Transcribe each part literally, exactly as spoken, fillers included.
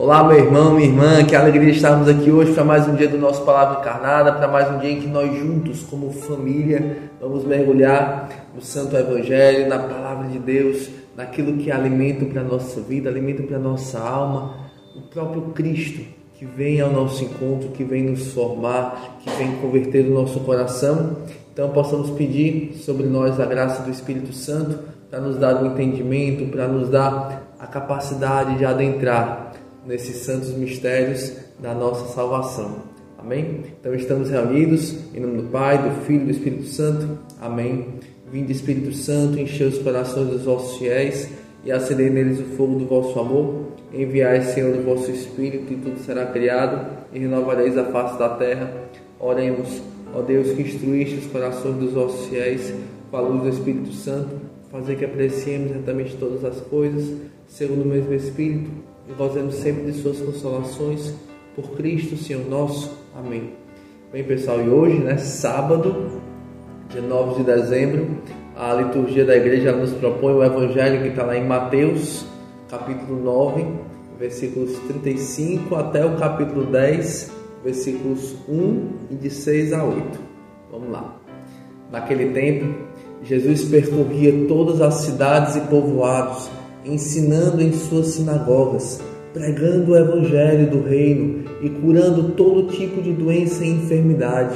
Olá, meu irmão, minha irmã, que alegria estarmos aqui hoje para mais um dia do nosso Palavra Encarnada, para mais um dia em que nós juntos, como família, vamos mergulhar no Santo Evangelho, na Palavra de Deus, naquilo que é alimento para a nossa vida, alimento para a nossa alma, o próprio Cristo que vem ao nosso encontro, que vem nos formar, que vem converter o nosso coração. Então possamos pedir sobre nós a graça do Espírito Santo para nos dar o entendimento, para nos dar a capacidade de adentrar nesses santos mistérios da nossa salvação. Amém? Então estamos reunidos em nome do Pai, do Filho e do Espírito Santo. Amém. Vinde, Espírito Santo, enchei os corações dos vossos fiéis e acendei neles o fogo do vosso amor. Enviai, Senhor, o vosso Espírito, e tudo será criado, e renovareis a face da terra. Oremos. Ó Deus, que instruíste os corações dos vossos fiéis com a luz do Espírito Santo, fazer que apreciemos retamente todas as coisas, segundo o mesmo Espírito, e gozemos sempre de suas consolações, por Cristo, Senhor nosso. Amém. Bem, pessoal, e hoje, né, sábado, dia nove de dezembro, a liturgia da igreja nos propõe o Evangelho que está lá em Mateus, capítulo nove, versículos trinta e cinco até o capítulo dez, versículos um e de seis a oito. Vamos lá. Naquele tempo, Jesus percorria todas as cidades e povoados, ensinando em suas sinagogas, pregando o evangelho do reino e curando todo tipo de doença e enfermidade.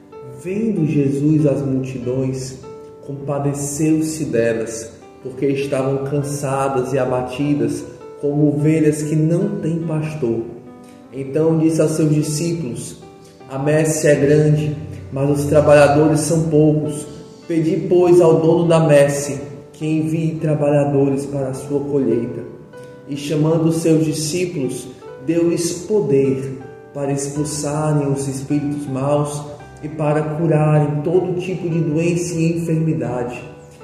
Vendo Jesus as multidões, compadeceu-se delas, porque estavam cansadas e abatidas, como ovelhas que não têm pastor. Então disse a seus discípulos: a messe é grande, mas os trabalhadores são poucos. Pedi, pois, ao dono da messe que envie trabalhadores para a sua colheita. E chamando os seus discípulos, deu-lhes poder para expulsarem os espíritos maus e para curarem todo tipo de doença e enfermidade.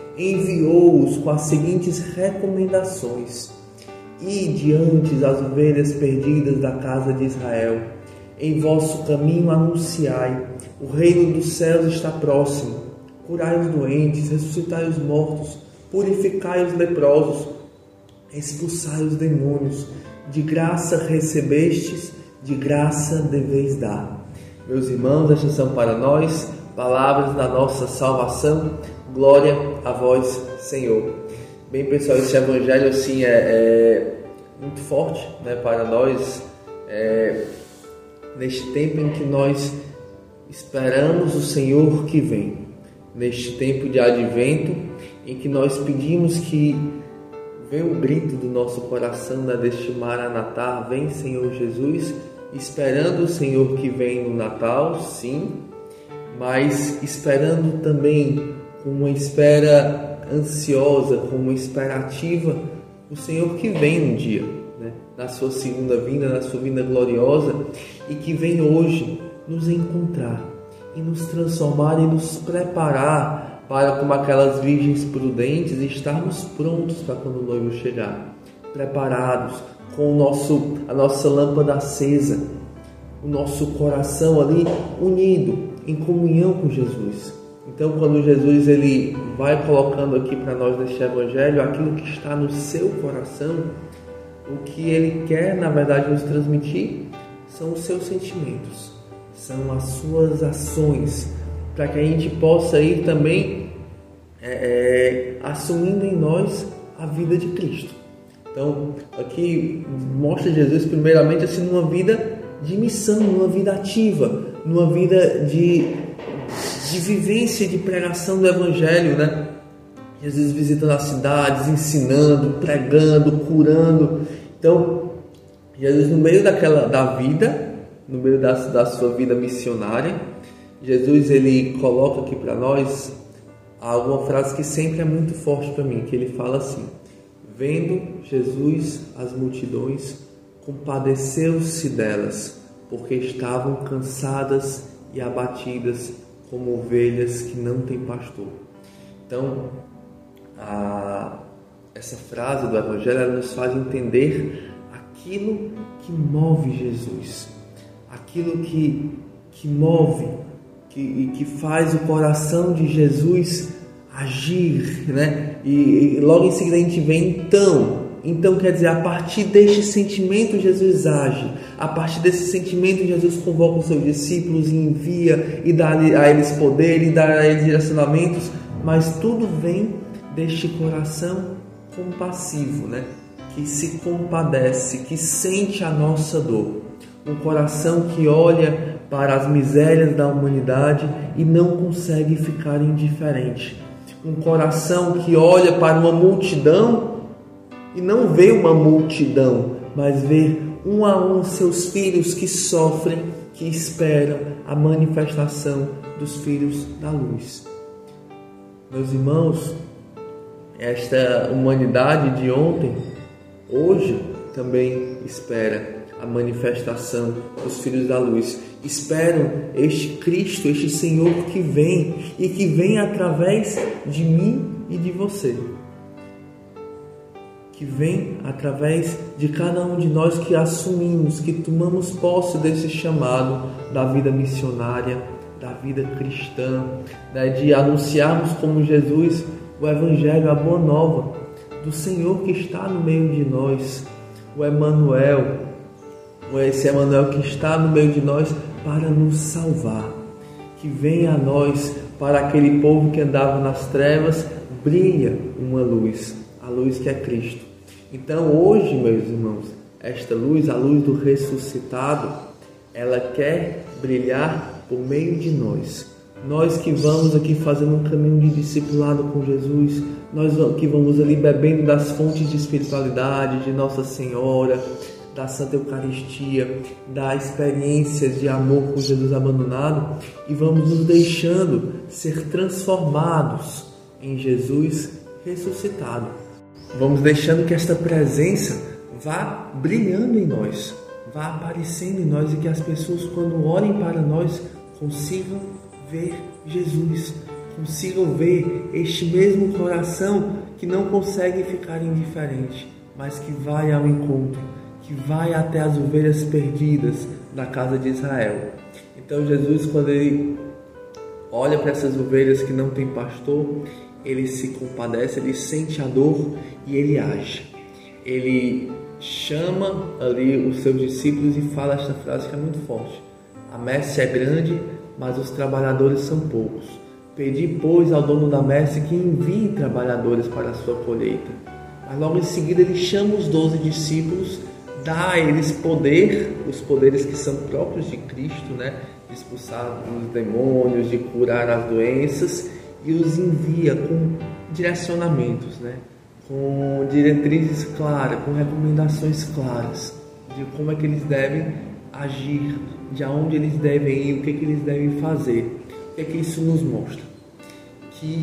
Enviou-os com as seguintes recomendações: ide antes as ovelhas perdidas da casa de Israel. Em vosso caminho anunciai: o reino dos céus está próximo. Curai os doentes, ressuscitai os mortos, purificai os leprosos, expulsai os demônios. De graça recebestes, de graça deveis dar. Meus irmãos, estas são para nós palavras da nossa salvação. Glória a vós, Senhor. Bem, pessoal, esse evangelho assim é, é muito forte, né, para nós, é, neste tempo em que nós esperamos o Senhor que vem, neste tempo de advento, em que nós pedimos que venha o grito do nosso coração, né, deste Maranatá, vem Senhor Jesus, esperando o Senhor que vem no Natal, sim, mas esperando também com uma espera ansiosa, com uma esperativa, o Senhor que vem um dia, né, na sua segunda vinda, na sua vinda gloriosa, e que vem hoje nos encontrar e nos transformar e nos preparar para, como aquelas virgens prudentes, estarmos prontos para quando o noivo chegar, preparados, com o nosso, a nossa lâmpada acesa, o nosso coração ali unido, em comunhão com Jesus. Então, quando Jesus ele vai colocando aqui para nós neste Evangelho aquilo que está no seu coração, o que ele quer, na verdade, nos transmitir são os seus sentimentos, são as suas ações, para que a gente possa ir também é, é, assumindo em nós a vida de Cristo. Então, aqui mostra Jesus primeiramente assim numa vida de missão, numa vida ativa, numa vida de, de vivência, de pregação do Evangelho, né? Jesus visitando as cidades, ensinando, pregando, curando. Então, Jesus no meio daquela, da vida, no meio da, da sua vida missionária, Jesus ele coloca aqui para nós alguma frase que sempre é muito forte para mim, que ele fala assim: vendo Jesus as multidões, compadeceu-se delas, porque estavam cansadas e abatidas, como ovelhas que não têm pastor. Então, a, essa frase do Evangelho ela nos faz entender aquilo que move Jesus, aquilo que, que move que, e que faz o coração de Jesus agir, né? E, e logo em seguida a gente vê então, Então, quer dizer, a partir deste sentimento Jesus age, a partir desse sentimento Jesus convoca os seus discípulos e envia e dá a eles poder e dá a eles direcionamentos, mas tudo vem deste coração compassivo, né? Que se compadece, que sente a nossa dor. Um coração que olha para as misérias da humanidade e não consegue ficar indiferente. Um coração que olha para uma multidão e não vê uma multidão, mas vê um a um seus filhos que sofrem, que esperam a manifestação dos filhos da luz. Meus irmãos, esta humanidade de ontem, hoje também espera a manifestação dos filhos da luz. Esperam este Cristo, este Senhor que vem e que vem através de mim e de você. Que vem através de cada um de nós que assumimos, que tomamos posse desse chamado da vida missionária, da vida cristã, né, de anunciarmos como Jesus o Evangelho, a Boa Nova do Senhor que está no meio de nós, o Emanuel, esse Emanuel que está no meio de nós para nos salvar. Que venha a nós, para aquele povo que andava nas trevas, brilha uma luz, a luz que é Cristo. Então hoje, meus irmãos, esta luz, a luz do ressuscitado, ela quer brilhar por meio de nós. Nós que vamos aqui fazendo um caminho de discipulado com Jesus, nós que vamos ali bebendo das fontes de espiritualidade, de Nossa Senhora, da Santa Eucaristia, das experiências de amor com Jesus abandonado, e vamos nos deixando ser transformados em Jesus ressuscitado. Vamos deixando que esta presença vá brilhando em nós, vá aparecendo em nós, e que as pessoas, quando olhem para nós, consigam ver Jesus, consigam ver este mesmo coração que não consegue ficar indiferente, mas que vai ao encontro, que vai até as ovelhas perdidas da casa de Israel. Então Jesus, quando ele olha para essas ovelhas que não têm pastor, ele se compadece, ele sente a dor e ele age. Ele chama ali os seus discípulos e fala esta frase que é muito forte: a messe é grande, mas os trabalhadores são poucos. Pedi, pois, ao dono da messe que envie trabalhadores para a sua colheita. Mas logo em seguida ele chama os doze discípulos, dá a eles poder, os poderes que são próprios de Cristo, né? De expulsar os demônios, de curar as doenças, e os envia com direcionamentos, né? Com diretrizes claras, com recomendações claras de como é que eles devem agir, de onde eles devem ir, o que, é que eles devem fazer. O que é que isso nos mostra? Que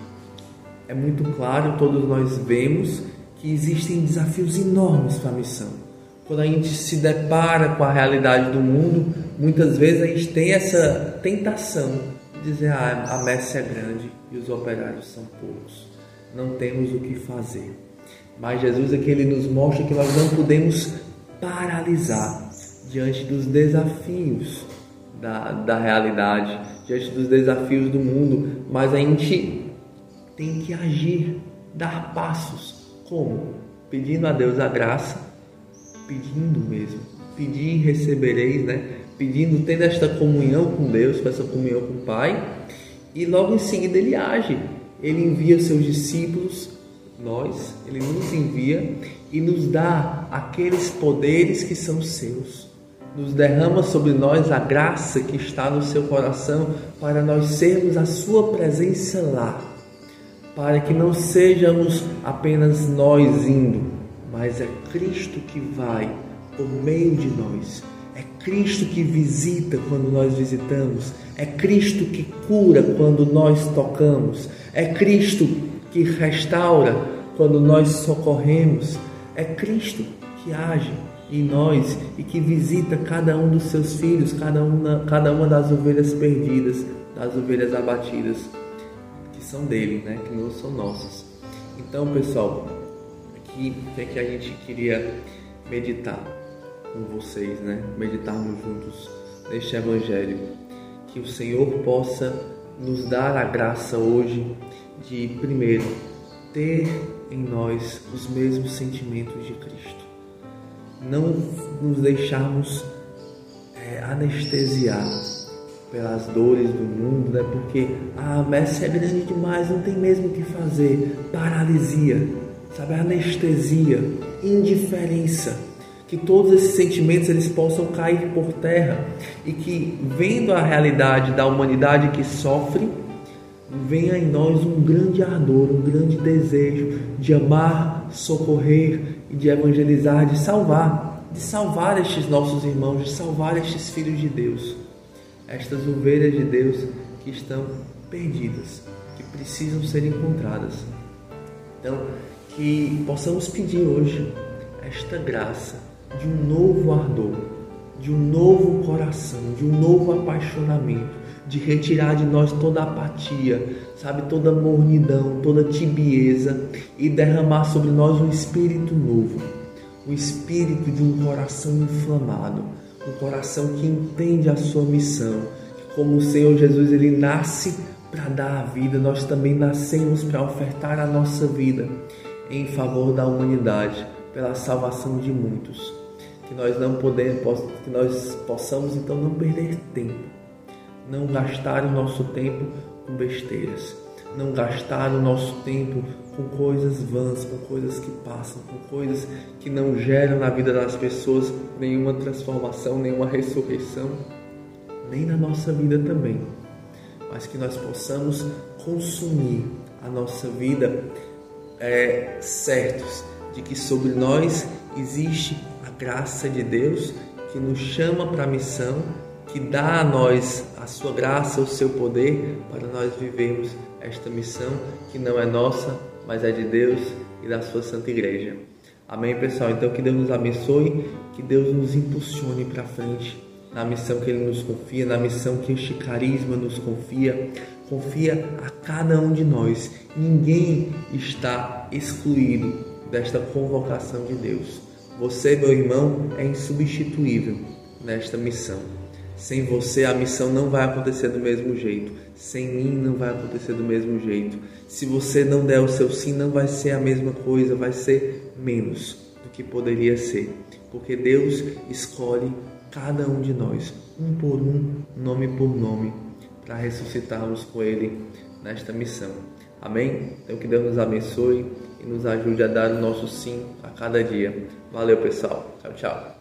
é muito claro, todos nós vemos que existem desafios enormes para a missão. Quando a gente se depara com a realidade do mundo, muitas vezes a gente tem essa tentação de dizer: ah, a messe é grande e os operários são poucos, não temos o que fazer. Mas Jesus aqui ele nos mostra que nós não podemos paralisar diante dos desafios da, da realidade, diante dos desafios do mundo, mas a gente tem que agir, dar passos. Como? Pedindo a Deus a graça, pedindo mesmo, pedir e recebereis, né? Pedindo, tendo esta comunhão com Deus, com essa comunhão com o Pai, e logo em seguida ele age, ele envia os seus discípulos, nós, ele nos envia e nos dá aqueles poderes que são seus, nos derrama sobre nós a graça que está no seu coração para nós sermos a sua presença lá, para que não sejamos apenas nós indo, mas é Cristo que vai por meio de nós. É Cristo que visita quando nós visitamos. É Cristo que cura quando nós tocamos. É Cristo que restaura quando nós socorremos. É Cristo que age em nós e que visita cada um dos seus filhos, cada uma, cada uma das ovelhas perdidas, das ovelhas abatidas, que são dele, né? Que não são nossas. Então, pessoal, aqui o que é que a gente queria meditar com vocês, né? Meditarmos juntos neste Evangelho. Que o Senhor possa nos dar a graça hoje de, primeiro, ter em nós os mesmos sentimentos de Cristo. Não nos deixarmos é, anestesiar pelas dores do mundo, né? Porque ah, a messe é grande demais, não tem mesmo o que fazer. Paralisia, sabe? Anestesia, indiferença. Que todos esses sentimentos eles possam cair por terra e que, vendo a realidade da humanidade que sofre, venha em nós um grande ardor, um grande desejo de amar, socorrer e de evangelizar, de salvar, de salvar estes nossos irmãos, de salvar estes filhos de Deus, estas ovelhas de Deus que estão perdidas, que precisam ser encontradas. Então, que possamos pedir hoje esta graça de um novo ardor, de um novo coração, de um novo apaixonamento, de retirar de nós toda apatia, sabe, toda mornidão, toda tibieza e derramar sobre nós um espírito novo, um espírito de um coração inflamado, um coração que entende a sua missão, que como o Senhor Jesus ele nasce para dar a vida, nós também nascemos para ofertar a nossa vida em favor da humanidade, pela salvação de muitos. Que nós não podemos, que nós possamos então não perder tempo, não gastar o nosso tempo com besteiras, não gastar o nosso tempo com coisas vãs, com coisas que passam, com coisas que não geram na vida das pessoas nenhuma transformação, nenhuma ressurreição, nem na nossa vida também, mas que nós possamos consumir a nossa vida é, certos de que sobre nós existe a graça de Deus que nos chama para a missão, que dá a nós a sua graça, o seu poder para nós vivermos esta missão que não é nossa, mas é de Deus e da sua Santa Igreja. Amém, pessoal? Então que Deus nos abençoe, que Deus nos impulsione para frente na missão que Ele nos confia, na missão que este carisma nos confia, confia a cada um de nós. Ninguém está excluído desta convocação de Deus. Você, meu irmão, é insubstituível nesta missão. Sem você a missão não vai acontecer do mesmo jeito. Sem mim não vai acontecer do mesmo jeito. Se você não der o seu sim, não vai ser a mesma coisa, vai ser menos do que poderia ser. Porque Deus escolhe cada um de nós, um por um, nome por nome, para ressuscitarmos com Ele nesta missão. Amém? Então que Deus nos abençoe e nos ajude a dar o nosso sim a cada dia. Valeu, pessoal. Tchau, tchau.